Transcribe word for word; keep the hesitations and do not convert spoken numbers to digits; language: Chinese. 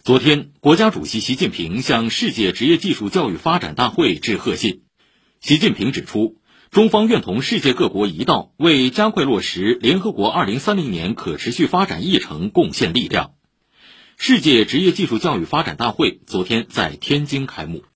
昨天，国家主席习近平向世界职业技术教育发展大会致贺信。习近平指出，中方愿同世界各国一道，为加快落实联合国二零三零年可持续发展议程贡献力量。世界职业技术教育发展大会昨天在天津开幕。